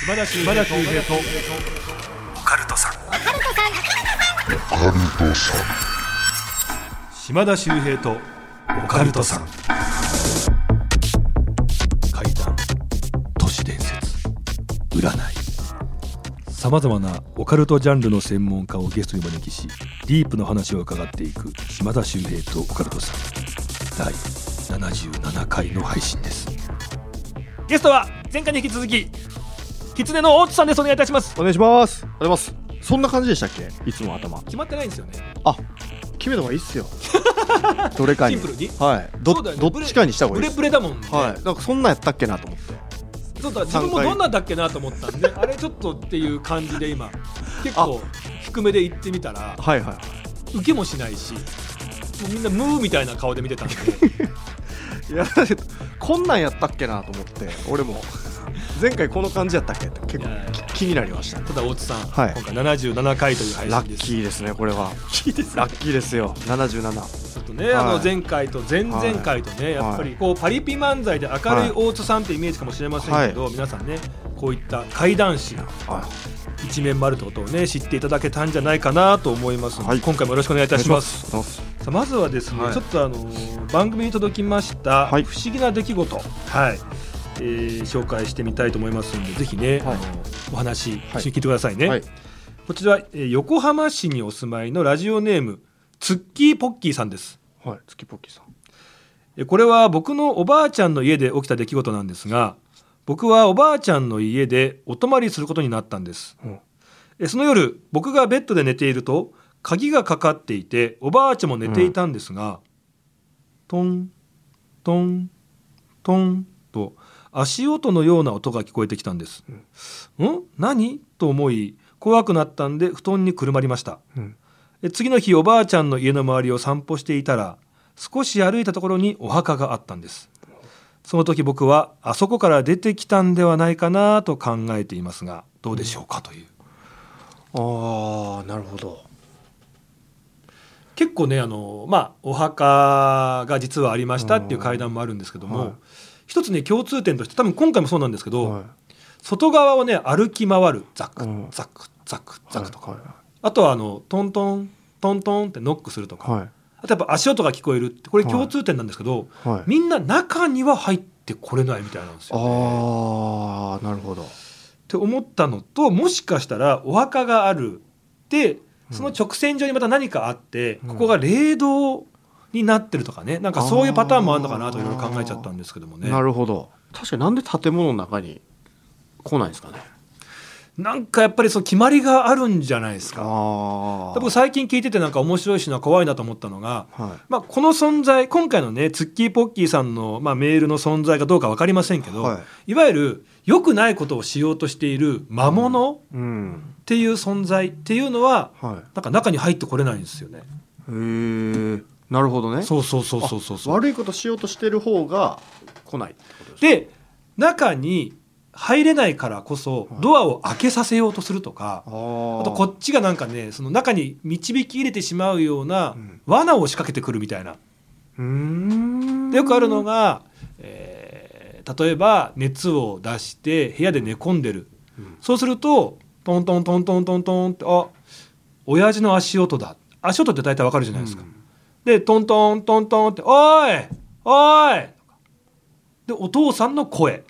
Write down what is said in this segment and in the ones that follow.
島田秀平とオカルトさん。島田秀平とオカルトさん。怪談、都市伝説、占い、さまざまなオカルトジャンルの専門家をゲストに招きし、ディープの話を伺っていく島田秀平とオカルトさん第77回の配信です。ゲストは前回に引き続き狐の大津さんです。お願いいたします。 お願いします。あります。そんな感じでしたっけ？いつも頭決まってないんですよね。 あ、決めた方がいいっすよ。どれかに。 シンプルに。 はい。どっちかにした方がいいです。 ブレだもんね。 はい。なんかそんなんやったっけなと思って。 ちょっと自分もどんなんだっけなと思ったんで、あれちょっとっていう感じで今結構低めで言ってみたら、 はいはい。 受けもしないし、もうみんなムーみたいな顔で見てたんで。 いやこんなんやったっけなと思って、俺も前回この感じやったっけって結構気になりましたね。 ただ大津さん、 はい、 今回77回という配信です。 ラッキーですね。これはラッキーですよ。77。 ちょっとね、はい、前回と前々回とね、やっぱりこうパリピ漫才で明るい大津さんってイメージかもしれませんけど、はい、皆さんねこういった怪談師、一面もあるってことをね知っていただけたんじゃないかなと思いますので、はい、今回もよろしくお願いいたします。さあまずはですね、はい、ちょっと番組に届きました、はい、不思議な出来事、はい、紹介してみたいと思いますので、ぜひね、はい、お話、一緒に聞いてくださいね、はい、こちら、横浜市にお住まいのラジオネームツッキーポッキーさんです。 はい、ツッキーポッキーさん。 これは僕のおばあちゃんの家で起きた出来事なんですが、僕はおばあちゃんの家でお泊まりすることになったんです、その夜僕がベッドで寝ていると鍵がかかっていておばあちゃんも寝ていたんですが、トントントンと足音のような音が聞こえてきたんです、何と思い怖くなったんで布団にくるまりました、次の日おばあちゃんの家の周りを散歩していたら少し歩いたところにお墓があったんです。その時僕はあそこから出てきたんではないかなと考えていますがどうでしょうかという、 ああ、なるほど。 結構ねお墓が実はありましたっていう怪談もあるんですけども、はい、一つね共通点として多分今回もそうなんですけど、はい、外側をね歩き回るザクザクザクザクとか、はいはい、あとはトントントントンってノックするとか、はい、あとやっぱ足音が聞こえるってこれ共通点なんですけど、はいはい、みんな中には入ってこれないみたいなんですよね。 ああ、なるほどって思ったのと、もしかしたらお墓があるでその直線上にまた何かあって、ここが霊道になってるとかね、なんかそういうパターンもあるのかなといろいろ考えちゃったんですけどもね。 なるほど。確かになんで建物の中に来ないんですかね。 なんかやっぱりそう決まりがあるんじゃないですか。僕最近聞いててなんか面白いしな怖いなと思ったのが、はいこの存在今回のねツッキーポッキーさんの、メールの存在かどうか分かりませんけど、いわゆる良くないことをしようとしている魔物っていう存在っていうのは、なんか中に入ってこれないんですよね。 へー、なるほどね。 そう悪いことしようとしてる方が来ないってことですか。 で中に入れないからこそドアを開けさせようとするとか、あとこっちがなんかねその中に導き入れてしまうような罠を仕掛けてくるみたいな、でよくあるのが、例えば熱を出して部屋で寝込んでる、そうするとトントントントントントンって親父の足音だ。足音って大体わかるじゃないですか、でトントントントンっておいおいでお父さんの声、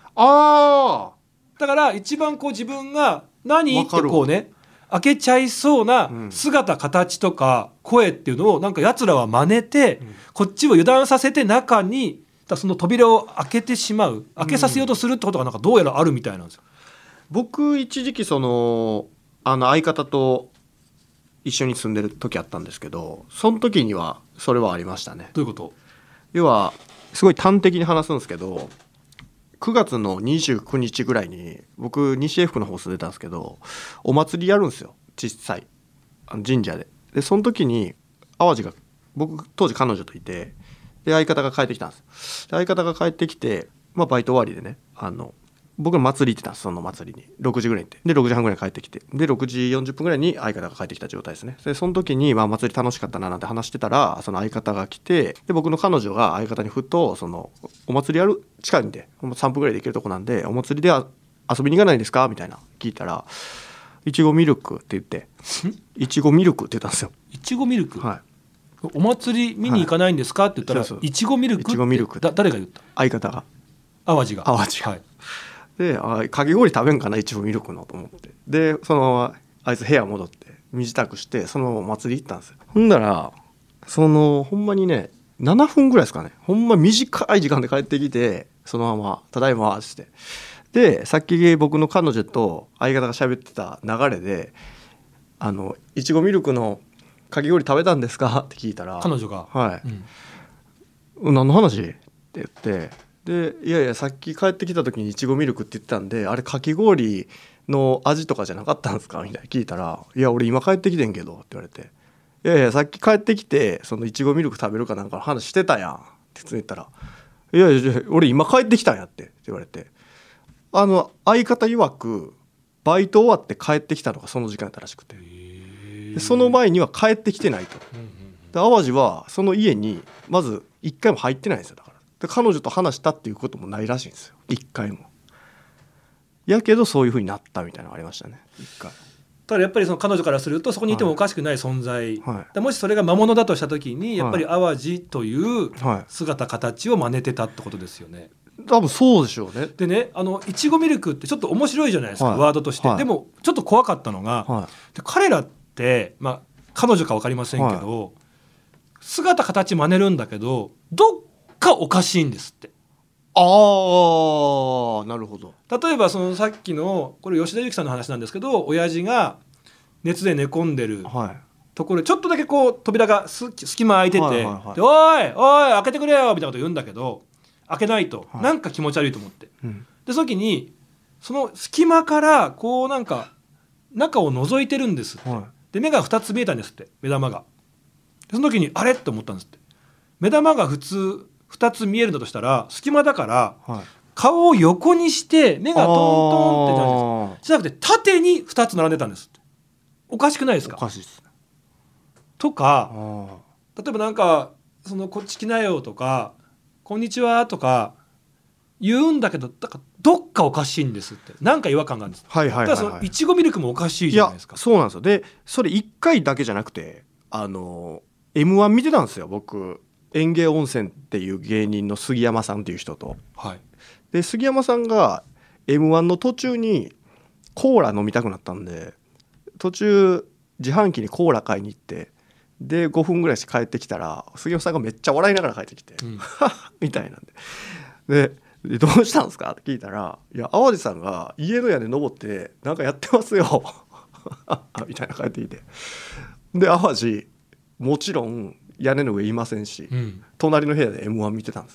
だから一番こう自分が何ってこうね開けちゃいそうな姿、形とか声っていうのをなんか奴らは真似て、こっちを油断させて中にその扉を開けてしまう、開けさせようとするってことがなんかどうやらあるみたいなんですよ。 僕一時期相方と一緒に住んでる時あったんですけど、その時にはそれはありましたね。 どういうこと？ 要はすごい端的に話すんですけど、9月の29日ぐらいに僕西英福の方住んでたんですけど、お祭りやるんですよ、小さい神社で。でその時に淡路が、僕当時彼女といて、で相方が帰ってきたんです。で相方が帰ってきて、バイト終わりでね僕は祭り行ってたんです。その祭りに6時ぐらいに行って、で6時半ぐらいに帰ってきて、で6時40分ぐらいに相方が帰ってきた状態ですね。でその時に祭り楽しかったななんて話してたら、その相方が来て、で僕の彼女が相方にふとお祭りやる近いんで3分ぐらいで行けるとこなんでお祭りで遊びに行かないんですかみたいな聞いたら、いちごミルクって言って、いちごミルクって言ったんですよ。 いちごミルク、 はい、 お祭り見に行かないんですかって言ったら、 そうそういちごミルクって、 いちごミルク誰が言った？ 相方が、 淡路が。 淡路が、 はい、 で、かき氷食べんかな、いちごミルクのと思って、でそのままあいつ部屋戻って身支度して、そのままお祭り行ったんですよ。ほんだらほんまにね7分ぐらいですかね、ほんま短い時間で帰ってきて、そのままただいまって、でさっき僕の彼女と相方が喋ってた流れで、いちごミルクのかき氷食べたんですかって聞いたら、 彼女が、 はい、何の話って言って、でいやいやさっき帰ってきた時にいちごミルクって言ってたんで、あれかき氷の味とかじゃなかったんですかみたいな聞いたら、いや俺今帰ってきてんけどって言われて、いやいやさっき帰ってきてそのいちごミルク食べるかなんかの話してたやんって言ったら、いやいや俺今帰ってきたんやって言われて、相方曰くバイト終わって帰ってきたのがその時間やったらしくて、でその前には帰ってきてないと。で淡路はその家にまず一回も入ってないんですよ。だからで彼女と話したっていうこともないらしいんですよ、一回も。やけどそういう風になったみたいなのがありましたね、一回。 ただやっぱりその彼女からするとそこにいてもおかしくない存在、 はい、 でもしそれが魔物だとした時にやっぱり淡路という姿形を真似てたってことですよね。 多分そうでしょうね。 でね、いちごミルクってちょっと面白いじゃないですか、 はい、 ワードとして、 はい、 でもちょっと怖かったのが、 はい、 で彼らって、彼女か分かりませんけど、はい、姿形真似るんだけどどっかおかしいんですって。 あー、なるほど。 例えばそのさっきのこれ吉田裕樹さんの話なんですけど、親父が熱で寝込んでるところ、ちょっとだけこう扉が隙間空いてて、はいはいはい、でおい開けてくれよみたいなこと言うんだけど開けないと、はい、なんか気持ち悪いと思って、うん、でその時にその隙間からこうなんか中を覗いてるんですって、はい、で目が2つ見えたんですって、目玉が。でその時にあれって思ったんですって。目玉が普通2つ見えるんだとしたら隙間だから、はい、顔を横にして目がトントンってじゃないですか、じゃなくて縦に2つ並んでたんですって。おかしくないですか？ おかしいですね。 とか、例えばなんかこっち来なよとかこんにちはとか言うんだけど、だからどっかおかしいんですって、なんか違和感があるんです。 はいはいはいはい、 だからそのいちごミルクもおかしいじゃないですか。 いやそうなんですよ。でそれ1回だけじゃなくてM1 見てたんですよ僕。園芸温泉っていう芸人の杉山さんっていう人と、はい、で杉山さんが M1 の途中にコーラ飲みたくなったんで途中自販機にコーラ買いに行って、で5分ぐらいして帰ってきたら杉山さんがめっちゃ笑いながら帰ってきて、うん、みたいなんでどうしたんですかって聞いたら、いや淡路さんが家の屋根登ってなんかやってますよみたいな帰ってきて、で淡路もちろん屋根の上いませんし、うん、隣の部屋で M1 見てたんです。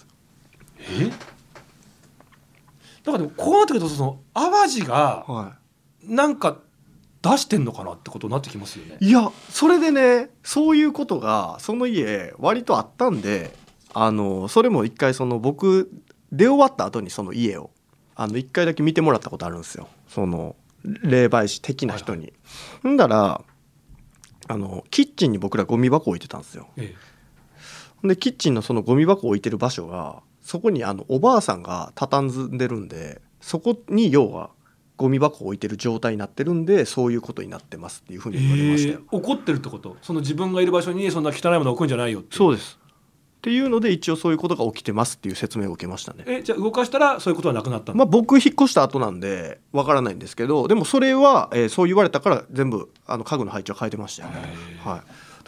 だからでもこうなってくるとその淡路がなんか出してんのかなってことになってきますよね。 いやそれでね、そういうことがその家割とあったんで、それも一回僕出終わった後にその家を一回だけ見てもらったことあるんですよ、その霊媒師的な人に。んだらキッチンに僕らゴミ箱置いてたんですよ、でキッチンのそのゴミ箱置いてる場所がそこにおばあさんが畳んでるんで、そこに要はゴミ箱置いてる状態になってるんで、そういうことになってますっていうふうに言われましたよ。 怒ってるってこと？その自分がいる場所にそんな汚いもの置くんじゃないよって。 そうですっていうので一応そういうことが起きてますっていう説明を受けましたね。 じゃあ動かしたらそういうことはなくなったの？ 僕引っ越した後なんでわからないんですけど、でもそれは、そう言われたから全部家具の配置は変えてましたよね。はい、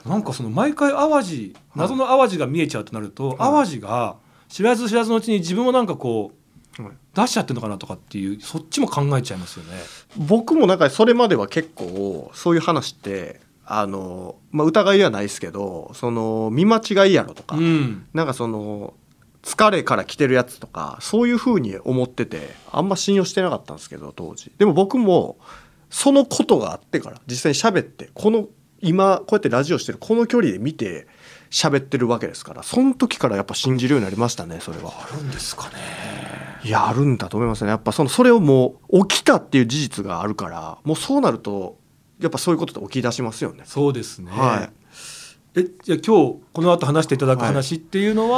なんか毎回淡路、謎の淡路が見えちゃうとなると、淡路が知らず知らずのうちに自分をなんかこう出しちゃってるのかなとかっていう、そっちも考えちゃいますよね。 僕もなんかそれまでは結構そういう話って疑いではないですけど、見間違いやろとか、なんか疲れから来てるやつとかそういう風に思っててあんま信用してなかったんですけど当時。でも僕もそのことがあってから実際に喋って、今こうやってラジオしてるこの距離で見て喋ってるわけですから、その時からやっぱ信じるようになりましたね。それはあるんですかね。 いやあるんだと思いますね。やっぱそれをもう起きたっていう事実があるから、もうそうなるとやっぱそういうことって起き出しますよね。 そうですね、 はい、 じゃあ今日この後話していただく話っていうのは、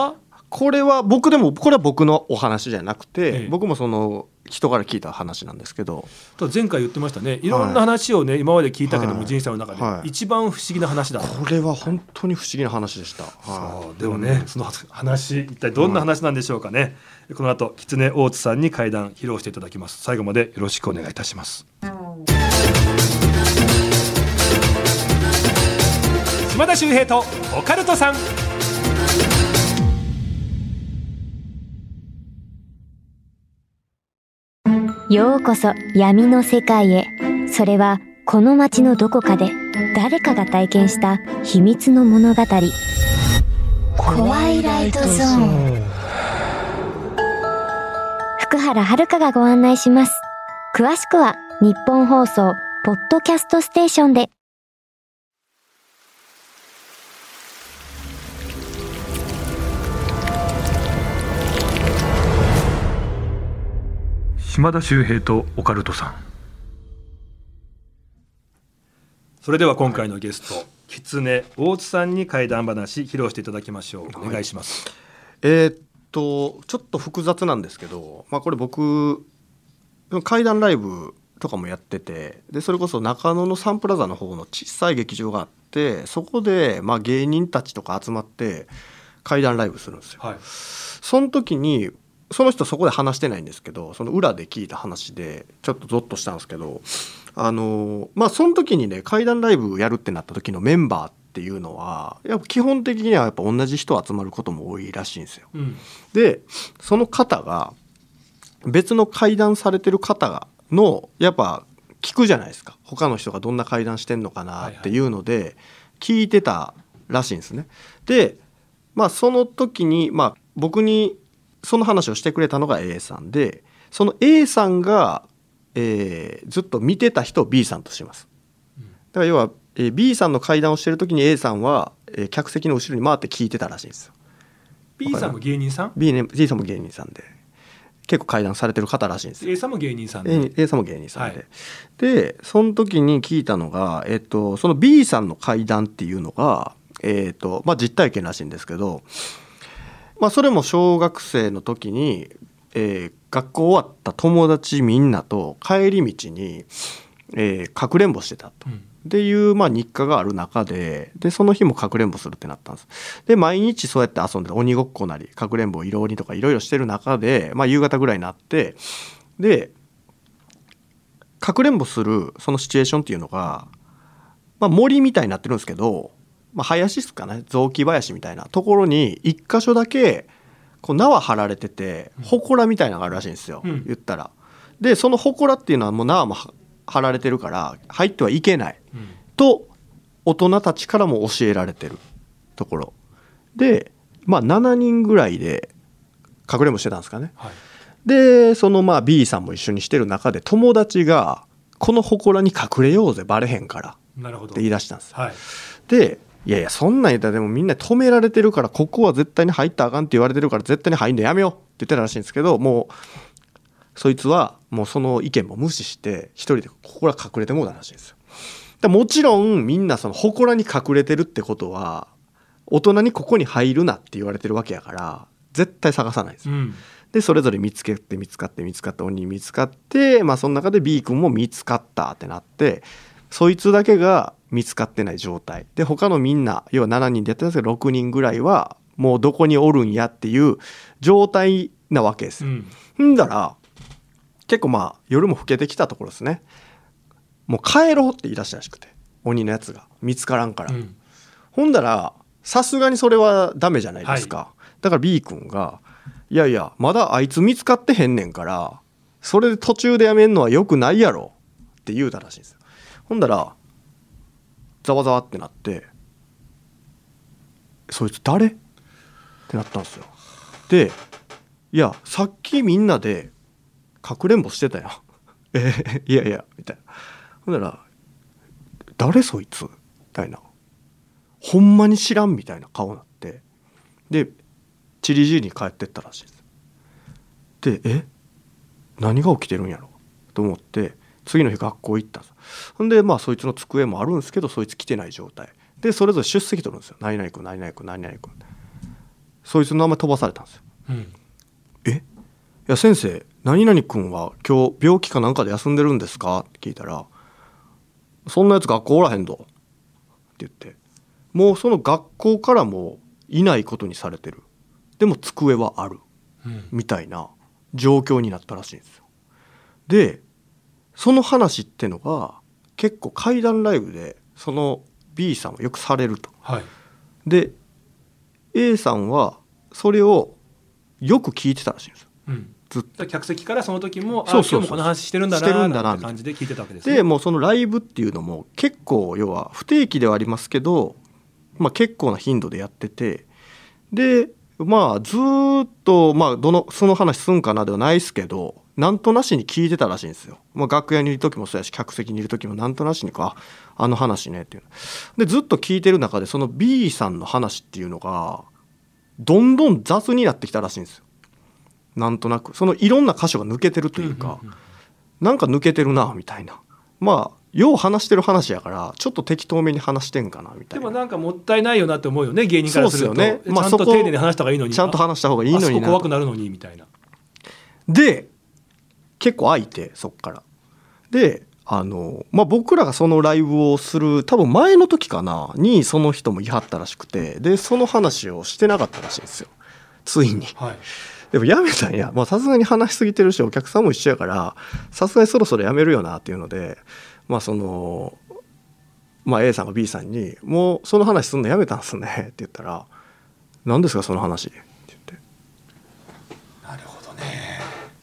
これは僕のお話じゃなくて、 ええ僕もその人から聞いた話なんですけど、 前回言ってましたね、いろんな話をね、今まで聞いたけども、 はい人生の中ではい一番不思議な話だ、 これは本当に不思議な話でした。 そうでもね、その話一体どんな話なんでしょうかね、この後狐大津さんに怪談披露していただきます。最後までよろしくお願いいたします。島田秀平とオカルトさん。 ようこそ闇の世界へ。それはこの街のどこかで誰かが体験した秘密の物語。怖いライトゾーン。福原遥がご案内します。詳しくは日本放送ポッドキャストステーションで。 島田秀平とオカルトさん。それでは今回のゲスト狐大津さんに怪談話披露していただきましょう。お願いします。 ちょっと複雑なんですけど、これ僕怪談ライブとかもやってて、でそれこそ中野のサンプラザの方の小さい劇場があって、そこで芸人たちとか集まって怪談ライブするんですよ。 はい、 その時にその人そこで話してないんですけど、その裏で聞いた話でちょっとゾッとしたんですけど、その時にね怪談ライブやるってなった時のメンバーっていうのはやっぱ基本的にはやっぱ同じ人集まることも多いらしいんですよ。でその方が別の怪談されてる方のやっぱ聞くじゃないですか、他の人がどんな怪談してんのかなっていうので聞いてたらしいんですね。でその時に僕にその話をしてくれたのが A さんで、その A さんが、ずっと見てた人を B さんとします。だから要は、B さんの怪談をしてる時に A さんは、客席の後ろに回って聞いてたらしいんですよ。 B さんも芸人さん？ B さんも芸人さんで結構怪談されてる方らしいんですよ。 A さんも芸人さんで、 A さんも芸人さんで、 はい、 でその時に聞いたのが、その B さんの怪談っていうのが、実体験らしいんですけど、それも小学生の時に、学校終わった友達みんなと帰り道に、かくれんぼしてたと、っていう日課がある中で、その日もかくれんぼするってなったんです。で毎日そうやって遊んで鬼ごっこなりかくれんぼ色鬼とかいろいろしてる中で、夕方ぐらいになって、でかくれんぼするそのシチュエーションっていうのが、森みたいになってるんですけど、林ですかね、雑木林みたいなところに一箇所だけこう縄張られてて祠みたいなのがあるらしいんですよ、言ったら。でその祠っていうのはもう縄も張られてるから入ってはいけない、と大人たちからも教えられてるところで、7人ぐらいでかくれんぼしてたんですかね、はい、でそのB さんも一緒にしてる中で友達がこの祠に隠れようぜバレへんからって言い出したんです、はい、でいやそんなん言ったらでもみんな止められてるから、ここは絶対に入ったらあかんって言われてるから絶対に入んのやめようって言ってたらしいんですけど、もうそいつはもうその意見も無視して一人でここら隠れてもうたらしいんですよ。もちろんみんなその祠に隠れてるってことは大人にここに入るなって言われてるわけやから絶対探さないんですよ、でそれぞれ見つかって鬼に見つかって、その中で B 君も見つかったってなって、そいつだけが見つかってない状態で、他のみんな要は7人でやってたんですけど6人ぐらいはもうどこにおるんやっていう状態なわけですよ。だら結構夜も更けてきたところですね、もう帰ろうって言い出したらしくて、鬼のやつが見つからんから、ほんだらさすがにそれはダメじゃないですか、だから B 君がいやいやまだあいつ見つかってへんねんからそれで途中でやめんのはよくないやろって言うたらしいんですよ。ほんだらざわざわってなって、そいつ誰ってなったんですよ。でいやさっきみんなでかくれんぼしてたよいやいやみたいな。ほんなら誰そいつみたいな、ほんまに知らんみたいな顔になって、でチリジーに帰ってったらしいです。で何が起きてるんやろと思って次の日学校行ったんです。ほんでそいつの机もあるんですけどそいつ来てない状態でそれぞれ出席取るんですよ。何々君何々君何々君。 そいつの名前飛ばされたんですよ。 うん、 いや先生何々君は今日病気かなんかで休んでるんですかって聞いたら、そんなやつ学校おらへんどって言って、もうその学校からもいないことにされてる、でも机はある、 うん、 みたいな状況になったらしいんですよ。でその話ってのが結構怪談ライブでその B さんはよくされると、 はい、 で A さんはそれをよく聞いてたらしいんですよ、 うん、 ずっと。 客席からその時もそうそうそう今日もこの話してるんだしてるんなだなって感じで聞いてたわけですね。 でもうそのライブっていうのも結構要は不定期ではありますけど、結構な頻度でやってて、でずっとその話すんかなではないですけど、なんとなしに聞いてたらしいんですよ。楽屋にいる時もそうやし客席にいる時もなんとなしにあの話ねっていうでずっと聞いてる中で、その B さんの話っていうのがどんどん雑になってきたらしいんですよ。なんとなくそのいろんな箇所が抜けてるというか、なんか抜けてるなみたいな、よう話してる話やからちょっと適当めに話してんかなみたいな。 でもなんかもったいないよなって思うよね、芸人からすると。 そうですよね。 ちゃんと丁寧に話した方がいいのに、 ちゃんと話した方がいいのにな、 あそこ怖くなるのにみたいな。 で結構空いて、そっからで僕らがそのライブをする多分前の時かなにその人も言い張ったらしくて、でその話をしてなかったらしいんですよ、ついに。 はい、 でもやめたんや、さすがに話しすぎてるしお客さんも一緒やからさすがにそろそろやめるよなっていうので、A さんが B さんにもうその話すんのやめたんすねって言ったら、何ですかその話って言って。 なるほどね。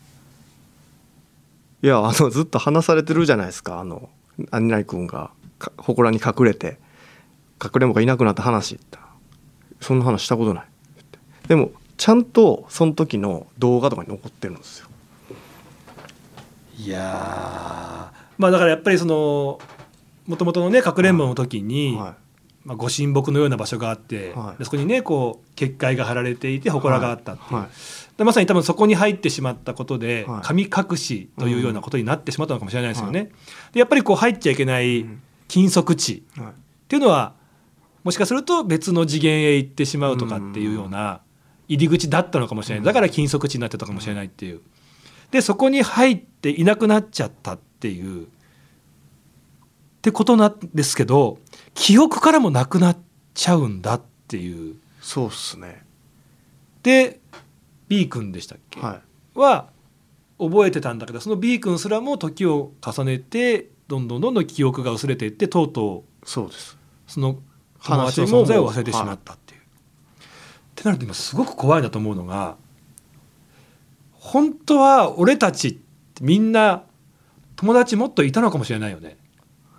いやずっと話されてるじゃないですか、何々君が祠に隠れて隠れんぼがいなくなった話って言ったら、そんな話したことないって言って。でもちゃんとその時の動画とかに残ってるんですよ。 いやだからやっぱりそのもともとのねかくれんぼの時に、ご神木のような場所があって、でそこにね結界が張られていて祠があったっていう、でまさに多分そこに入ってしまったことで、神隠しというようなことになってしまったのかもしれないですよね。でやっぱり入っちゃいけない禁足地っていうのは、もしかすると別の次元へ行ってしまうとかっていうような入り口だったのかもしれない。だから禁足地になってたかもしれないっていう。でそこに入っていなくなっちゃったっていうってことなんですけど、記憶からもなくなっちゃうんだっていう。 そうっすね。 で B 君でしたっけ、は覚えてたんだけど、その B 君すらも時を重ねてどんどん記憶が薄れていって、とうとうそうですその友達の存在を忘れてしまったっていう、ってなると今すごく怖いなと思うのが、本当は俺たちってみんな友達もっといたのかもしれないよね。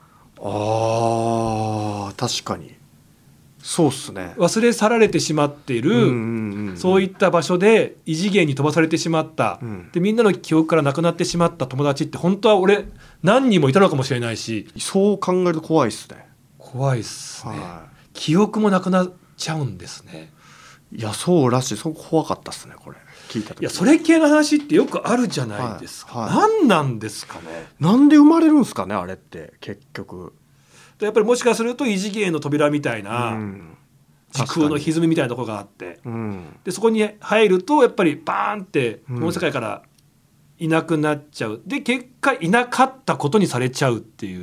確かにそうっすね。 忘れ去られてしまっている、そういった場所で異次元に飛ばされてしまった、でみんなの記憶からなくなってしまった友達って本当は俺何人もいたのかもしれないし、 そう考えると怖いっすね。 怖いっすね、記憶もなくなっちゃうんですね。 いやそうらしい。そう怖かったっすねこれ聞いた時。 いやそれ系の話ってよくあるじゃないですか、何なんですかね。 なんで生まれるんですかねあれって結局。 やっぱりもしかすると異次元の扉みたいな、時空の歪みみたいなところがあって、でそこに入るとやっぱりバーンってこの世界からいなくなっちゃう。で結果いなかったことにされちゃうっていう。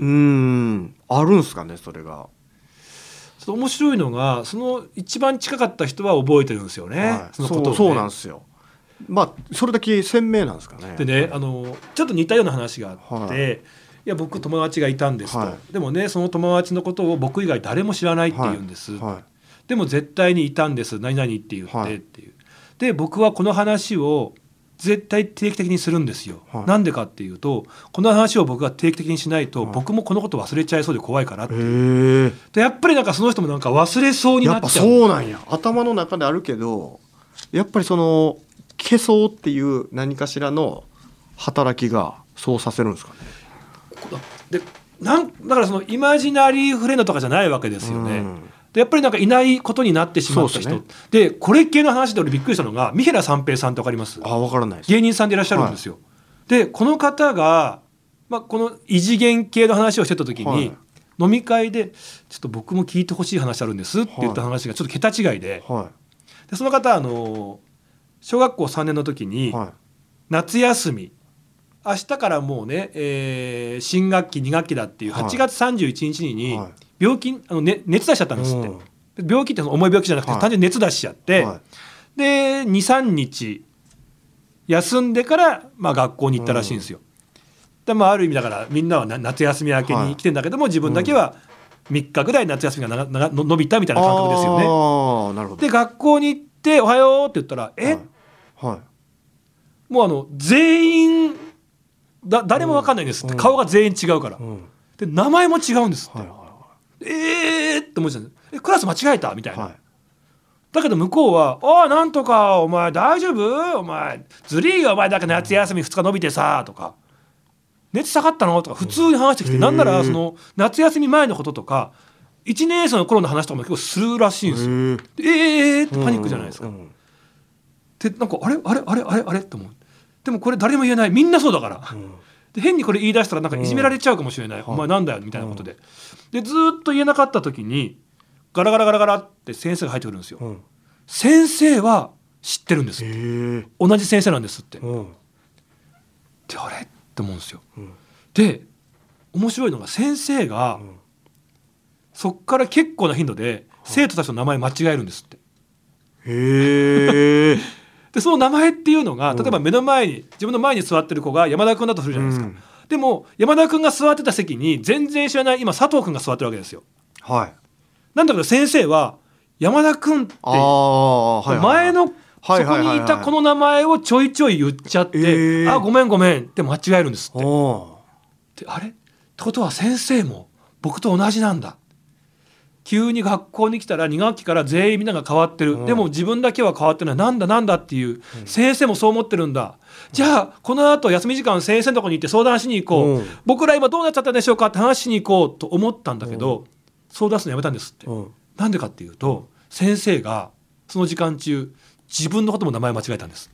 あるんすかねそれが。 面白いのがその一番近かった人は覚えてるんですよね、そのことをね。 そうなんですよ。それだけ鮮明なんですかね。 でね、ちょっと似たような話があって、いや僕友達がいたんですと、でもねその友達のことを僕以外誰も知らないって言うんです、でも絶対にいたんです何々って言ってっていう、で僕はこの話を絶対定期的にするんですよ、なんでかっていうとこの話を僕が定期的にしないと、僕もこのこと忘れちゃいそうで怖いからっていう。でやっぱりなんかその人もなんか忘れそうになっちゃう。 やっぱそうなんや。頭の中であるけどやっぱりその消そうっていう何かしらの働きがそうさせるんですかね。 でだからそのイマジナリーフレンドとかじゃないわけですよね、でやっぱりなんかいないことになってしまった人 で、これ系の話で俺びっくりしたのが三平三平さんって分かります？ 分からないです。 芸人さんでいらっしゃるんですよ、でこの方が、この異次元系の話をしてた時に、飲み会でちょっと僕も聞いてほしい話あるんですって言った話がちょっと桁違いで、 でその方小学校3年の時に夏休み、明日からもうね、新学期2学期だっていう8月31日に病気熱出しちゃったんですって。病気って重い病気じゃなくて単純に熱出しちゃって、で 2,3 日休んでから、学校に行ったらしいんですよ。である意味だからみんなは夏休み明けに来てんだけども、自分だけは3日ぐらい夏休みが伸びたみたいな感覚ですよね。 なるほど。 で学校に行っておはようって言ったらもう全員誰も分かんないんですって、顔が全員違うから、で名前も違うんですって、って思っちゃう。クラス間違えたみたいな、だけど向こうはおいなんとかお前大丈夫、お前ずりーよお前だけ夏休み2日伸びてさとか、熱下がったのとか普通に話してきて、なんならその夏休み前のこととか1年生の頃の話とかも結構するらしいんですよ。ってパニックじゃないですか。でなんかあれって思う。でもこれ誰も言えない、みんなそうだから、で変にこれ言い出したらなんかいじめられちゃうかもしれない、お前なんだよみたいなことで、でずっと言えなかった時にガラガラガラガラって先生が入ってくるんですよ。先生は知ってるんですって、同じ先生なんですって、であれって思うんですよ。で面白いのが先生が、そっから結構な頻度で生徒たちの名前間違えるんですって。でその名前っていうのが、例えば目の前に自分の前に座ってる子が山田君だとするじゃないですか、でも山田君が座ってた席に全然知らない今佐藤君が座ってるわけですよ。なんだけど先生は山田君って前のそこにいたこの名前をちょいちょい言っちゃって、あごめんごめんって間違えるんですって。であれってことは先生も僕と同じなんだ。急に学校に来たら2学期から全員みんなが変わってる、でも自分だけは変わってない、なんだっていう、先生もそう思ってるんだ、じゃあこの後休み時間先生のとこに行って相談しに行こう、僕ら今どうなっちゃったんでしょうかって話しに行こうと思ったんだけど、相談するのやめたんですって。なんでかっていうと先生がその時間中自分のことも名前間違えたんですって。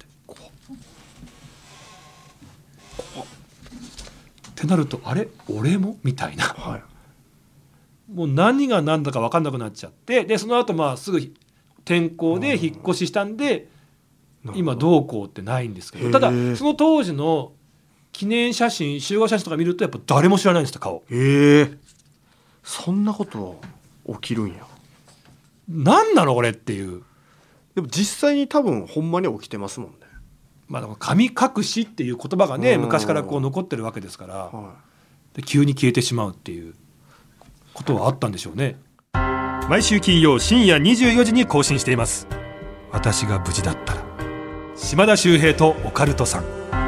ってなるとあれ俺もみたいな、もう何が何だか分かんなくなっちゃって、でその後すぐ転校で引っ越ししたんで、今どうこうってないんですけど、ただその当時の記念写真集合写真とか見るとやっぱ誰も知らないんですって顔。 そんなこと起きるんや。 何なのこれっていう。 でも実際に多分ほんまに起きてますもんね。 神隠しっていう言葉がね昔からこう残ってるわけですから、で急に消えてしまうっていうことはあったんでしょうね。毎週金曜深夜24時に更新しています。私が無事だったら。島田秀平とオカルトさん。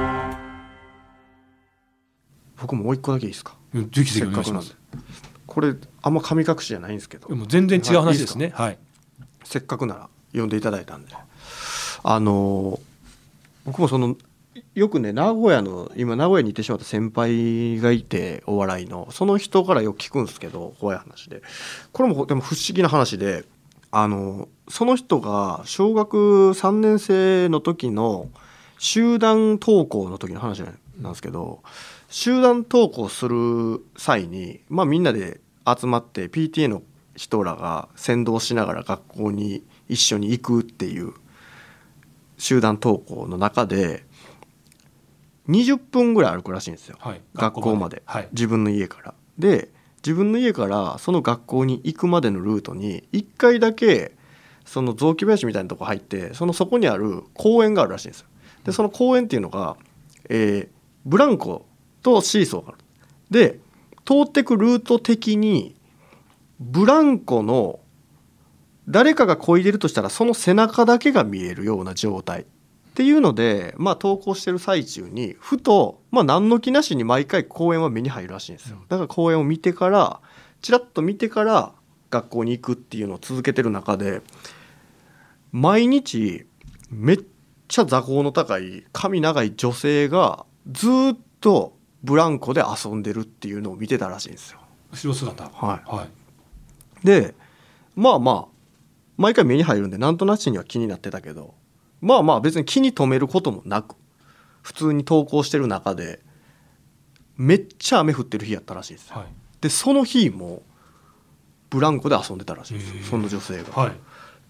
僕もう一個だけいいですか。 ぜひぜひお願いします。 これあんま神隠しじゃないんですけど、 もう全然違う話ですね。 せっかくなら読んでいただいたんで、僕もよくね今名古屋にいてしまった先輩がいて、お笑いのその人からよく聞くんですけど、怖い話で、これもでも不思議な話で、その人が小学3年生の時の集団登校の時の話なんですけど、集団登校する際に、みんなで集まって PTA の人らが先導しながら学校に一緒に行くっていう集団登校の中で20分ぐらい歩くらしいんですよ、学校まで、自分の家から。で自分の家からその学校に行くまでのルートに1回だけその雑木林みたいなとこ入って、そこにある公園があるらしいんですよ。でその公園っていうのが、ブランコとシーソーがある。で通ってくルート的にブランコの誰かが漕いでるとしたらその背中だけが見えるような状態っていうので、登校してる最中にふと、何の気なしに毎回公園は目に入るらしいんですよ。だから公園を見てからチラッと見てから学校に行くっていうのを続けてる中で、毎日めっちゃ座高の高い髪長い女性がずっとブランコで遊んでるっていうのを見てたらしいんですよ。 後ろ姿。 で毎回目に入るんでなんとなしには気になってたけど、別に気に留めることもなく普通に登校してる中でめっちゃ雨降ってる日やったらしいですよ、でその日もブランコで遊んでたらしいですよ、その女性が。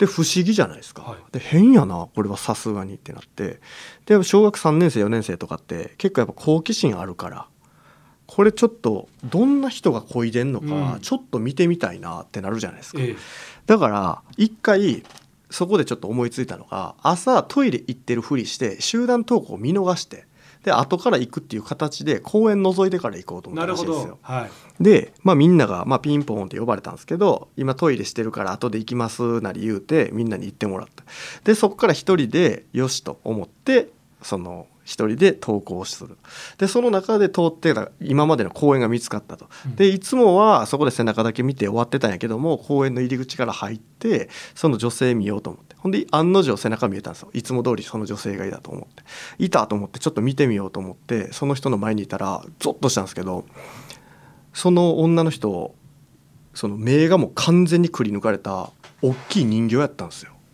で不思議じゃないですか、 はい、 で変やなこれはさすがにってなって、で小学3年生4年生とかって結構やっぱ好奇心あるから、これちょっとどんな人が漕いでんのかちょっと見てみたいなってなるじゃないですか、だから一回そこでちょっと思いついたのが、朝トイレ行ってるふりして集団登校を見逃して、で後から行くっていう形で公園覗いてから行こうと思ったらしいんですよ。 なるほど、はい、 で、みんなが、ピンポンって呼ばれたんですけど、今トイレしてるから後で行きますなり言うてみんなに行ってもらった。でそこから一人でよしと思ってその一人で登校する。でその中で通ってた今までの公園が見つかったと。でいつもはそこで背中だけ見て終わってたんやけども、公園の入り口から入ってその女性見ようと思って、ほんで案の定背中見えたんですよ。いつも通りその女性がいたと思って、いたと思ってちょっと見てみようと思ってその人の前にいたらゾッとしたんですけど、その女の人、その目がもう完全にくり抜かれた大きい人形やったんですよ。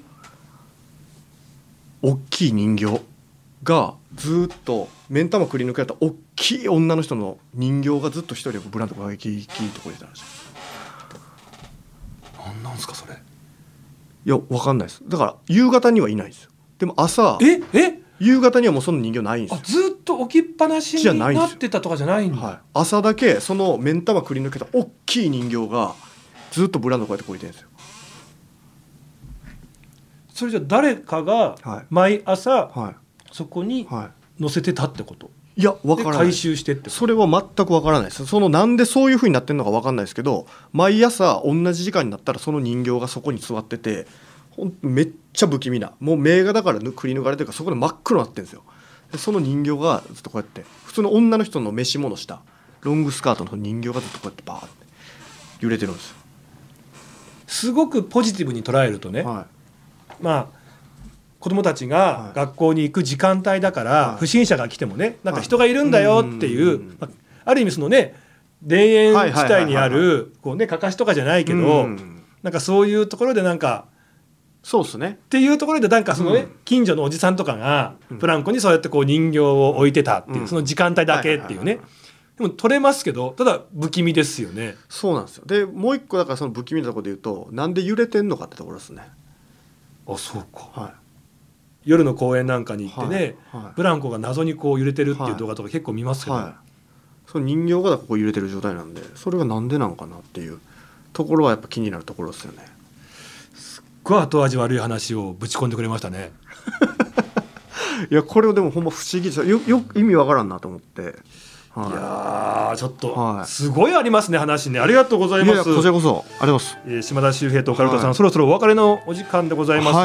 大きい人形がずっと目ん玉くり抜かれた大きい女の人の人形がずっと一人でブランド過激いとこにいたらしい。 何なんですかそれ。 いや分かんないです。だから夕方にはいないんですよ。でも朝夕方にはもうその人形ないんですよ。 ずっと置きっぱなしになってたとかじゃないんだ。 はい、朝だけその目ん玉くり抜けた大きい人形がずっとブランドこうやってこいてるんですよ。 それじゃ誰かが毎朝、そこに載せてたってこと。 いや分からない。 回収してってこと。それは全く分からないです。そのなんでそういう風になってるのか分かんないですけど、毎朝同じ時間になったらその人形がそこに座ってて、めっちゃ不気味な、もう目がだからくり抜かれてるからそこで真っ黒になってるんですよ。でその人形がずっとこうやって普通の女の人の召し物したロングスカートの人形がずっとこうやってバーって揺れてるんですよ。 すごくポジティブに捉えるとね、子どもたちが学校に行く時間帯だから、不審者が来てもね、なんか人がいるんだよっていう、ある意味そのね田園地帯にあるこうねかかしとかじゃないけど、なんかそういうところでなんかそうですねっていうところでなんかそのね、近所のおじさんとかがブランコにそうやってこう人形を置いてたっていう、その時間帯だけっていうね。でも取れますけど、ただ不気味ですよね。 そうなんですよ。でもう一個だからその不気味なところで言うと、なんで揺れてんのかってところですね。 あ、そうか、夜の公園なんかに行ってね、ブランコが謎にこう揺れてるっていう動画とか結構見ますけど、 その人形がここ揺れてる状態なんで、それがなんでなのかなっていうところはやっぱ気になるところですよね。 すっごい後味悪い話をぶち込んでくれましたね。 いやこれをでもほんま不思議ですよ。意味わからんなと思って。 いやちょっとすごいありますね、話ね。ありがとうございます。 こちらこそありがとうございます。 島田秀平とオカルトさん、そろそろお別れのお時間でございます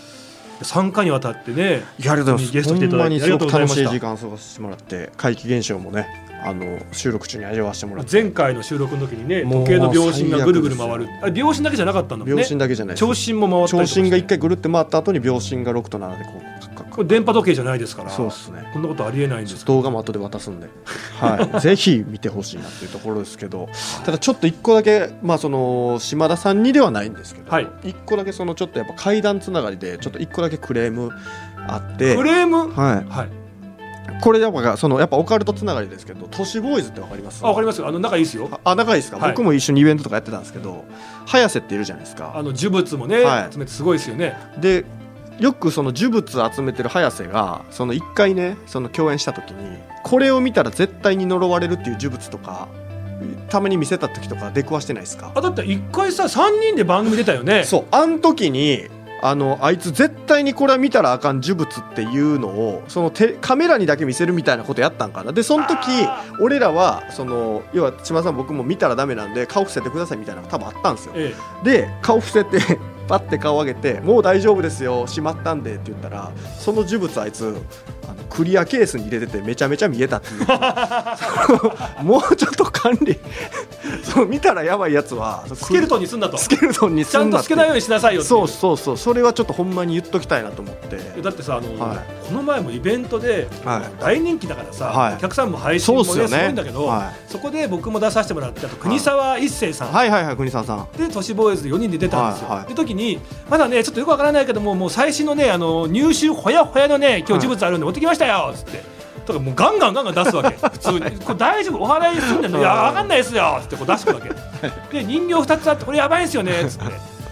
。3回にわたってね、 ありがとうございます。 ゲスト来ていただいてありがとうございました。 楽しい時間を過ごしてもらって、怪奇現象もね収録中に味わわせてもらって、 前回の収録の時にね、時計の秒針がぐるぐる回る、あれ秒針だけじゃなかったんだもんね。 秒針だけじゃない、 長針も回ったりとかして、 長針が1回ぐるって回った後に秒針が6と7でこれ電波時計じゃないですから。 そうですね。 こんなことありえないんです。 動画も後で渡すんで、ぜひ見てほしいなっていうところですけど、ただちょっと1個だけ、その島田さんにではないんですけど、1個だけそのちょっとやっぱ怪談つながりでちょっと1個だけクレームあって。 クレーム？ これやっぱオカルトつながりですけど、都市ボーイズってわかります？ わかりますよ。仲いいですよ。 仲いいですか？僕も一緒にイベントとかやってたんですけど、早瀬っているじゃないですか。 呪物もね、集めてすごいですよね。 でよくその呪物集めてる早瀬がその1回ね、その共演した時にこれを見たら絶対に呪われるっていう呪物とかたまに見せた時とか出くわしてないですか？ だって1回さ3人で番組出たよね。 そう、あん時にあいつ絶対にこれは見たらあかん呪物っていうのをそのカメラにだけ見せるみたいなことやったんかな。でその時俺らはその要は島田さん僕も見たらダメなんで顔伏せてくださいみたいなのが多分あったんですよ。で顔伏せてパッて顔上げて、もう大丈夫ですよしまったんでって言ったら、その呪物あいつクリアケースに入れててめちゃめちゃ見えたっていうもうちょっと管理そう見たらやばいやつはスケルトンにすんだと、 スケルトンにすんだって、 ちゃんとつけないようにしなさいよって。 そうそれはちょっとほんまに言っときたいなと思って。 だってさこの前もイベントで大人気だからさ、お客さんも配信もねすごいんだけど、そこで僕も出させてもらって、あと国沢一生さん、 国沢さんで都市ボーイズで4人で出たんですよ。で時にまだねちょっとよくわからないけどもう最新のね入手ほやほやのね今日呪物あるんで持ってきましたよっつって、とかもうガンガン出すわけ普通にこれ大丈夫お払いするんだよ、いやわかんないですよっつってこう出してくわけで人形2つあってこれやばいんですよねっつって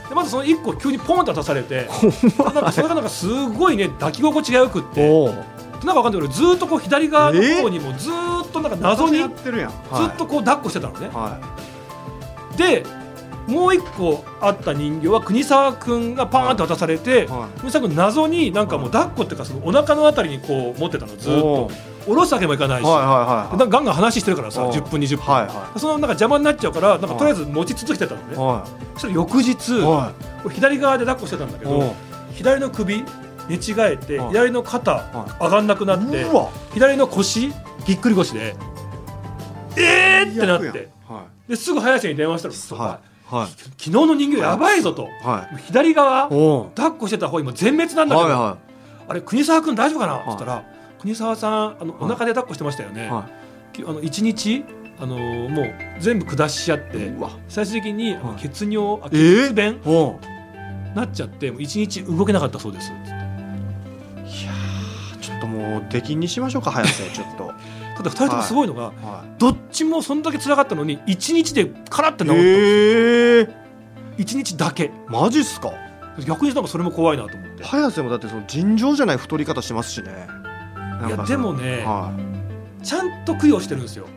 でまずその1個急にポンと渡されてなんかそれがなんかすごいね抱き心地がよくってなんかわかんないけどずっとこう左側の方にもずっとなんか謎にずっとこう抱っこしてたのね、でもう一個あった人形は国沢くんがパーンと渡されて、国沢くん謎になんかもう抱っこっていうかそのお腹のあたりにこう持ってたのずっと下ろすわけにもいかないし、ガンガン話してるからさ10分20分、そのなんか邪魔になっちゃうからなんかとりあえず持ち続けてたのね、そしたら翌日、左側で抱っこしてたんだけど左の首寝違えて左の肩上がんなくなって左の腰ぎっくり腰でってなってですぐ早瀬に電話したら昨日の人形やばいぞと、左側抱っこしてた方今全滅なんだけど、あれ国沢君大丈夫かなって言ったら、国沢さんお腹で抱っこしてましたよね、1日もう全部下しちゃって最終的に血便なっちゃって1日動けなかったそうです。 いやちょっともう出禁にしましょうか早瀬ちょっとただ2人ともすごいのが、どっちもそんだけ辛かったのに1日でカラッて治ったんですよ、1日だけ。 マジっすか。 逆になんかそれも怖いなと思って。 早瀬もだってその尋常じゃない太り方してますしね。 いやでもね、ちゃんと供養してるんですよ。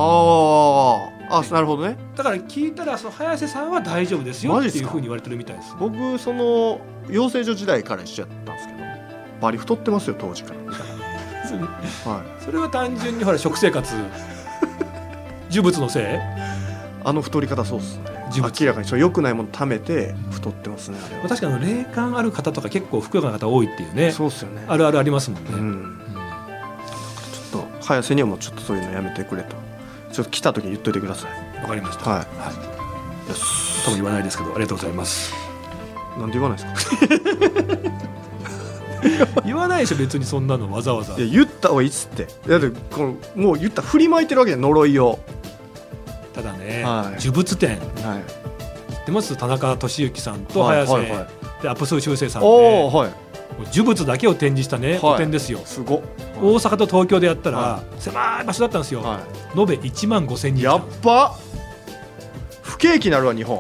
なるほどね。 だから聞いたらその早瀬さんは大丈夫ですよっていうふうに言われてるみたいです。 僕その養成所時代から一緒やったんですけどバリ太ってますよ当時からそれは単純にほら食生活呪物のせい太り方そうっすね。明らかにそう良くないもの貯めて太ってますねあれは。 確かに霊感ある方とか結構ふくよかな方多いっていうね。 そうっすよね。 あるあるありますもんね、 ちょっと早瀬にはもうちょっとそういうのやめてくれとちょっと来た時に言っといてください。 わかりました。多分言わないですけどありがとうございます。 なんで言わないですか言わないでしょ別にそんなのわざわざ。 いや言った方がいいっすって。だってもう言った振りまいてるわけで呪いを。 ただね、呪物展、知ってます？田中俊之さんと早瀬、でアップスー修正さんで、呪物だけを展示したね個展ですよ。すご。大阪と東京でやったら、狭い場所だったんですよ、延べ1万5,000人。 やっぱ不景気になるわ日本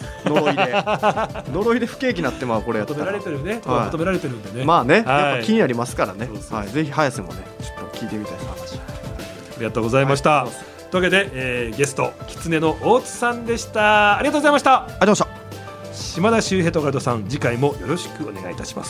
呪いで不景気になってこれやったら求められてるね、求められてるんでね。 まあね、やっぱ気になりますからね。ぜひ早瀬もねちょっと聞いてみたい話。 ありがとうございました。というわけで、ゲスト狐の大津さんでした。ありがとうございました。 ありがとうございました。 島田秀平とオカルトさん、次回もよろしくお願いいたします。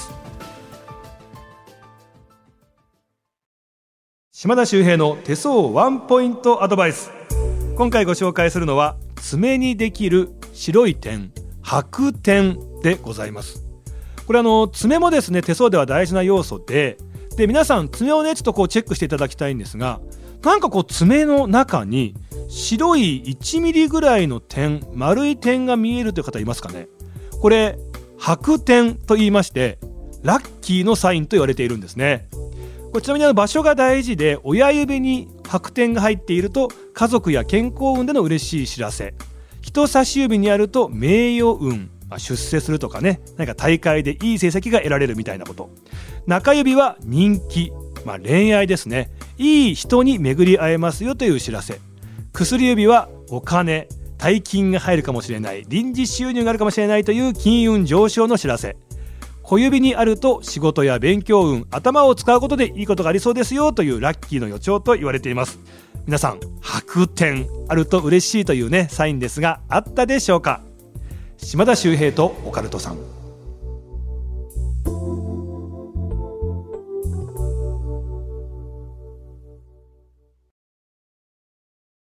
島田秀平の手相ワンポイントアドバイス。今回ご紹介するのは爪にできる白い点、白点でございます。これ爪もですね手相では大事な要素で皆さん爪をねちょっとチェックしていただきたいんですが、なんか爪の中に白い1ミリぐらいの点、丸い点が見えるという方いますかね。これ白点と言いましてラッキーのサインと言われているんですね。これちなみに場所が大事で、親指に白点が入っていると家族や健康運での嬉しい知らせ、人差し指にあると名誉運、出世するとかね、何か大会でいい成績が得られるみたいなこと。中指は人気、恋愛ですね、いい人に巡り会えますよという知らせ。薬指はお金、大金が入るかもしれない、臨時収入があるかもしれないという金運上昇の知らせ。小指にあると仕事や勉強運、頭を使うことでいいことがありそうですよというラッキーの予兆と言われています。皆さん白点あると嬉しいというねサインですが、あったでしょうか。島田秀平とオカルトさん。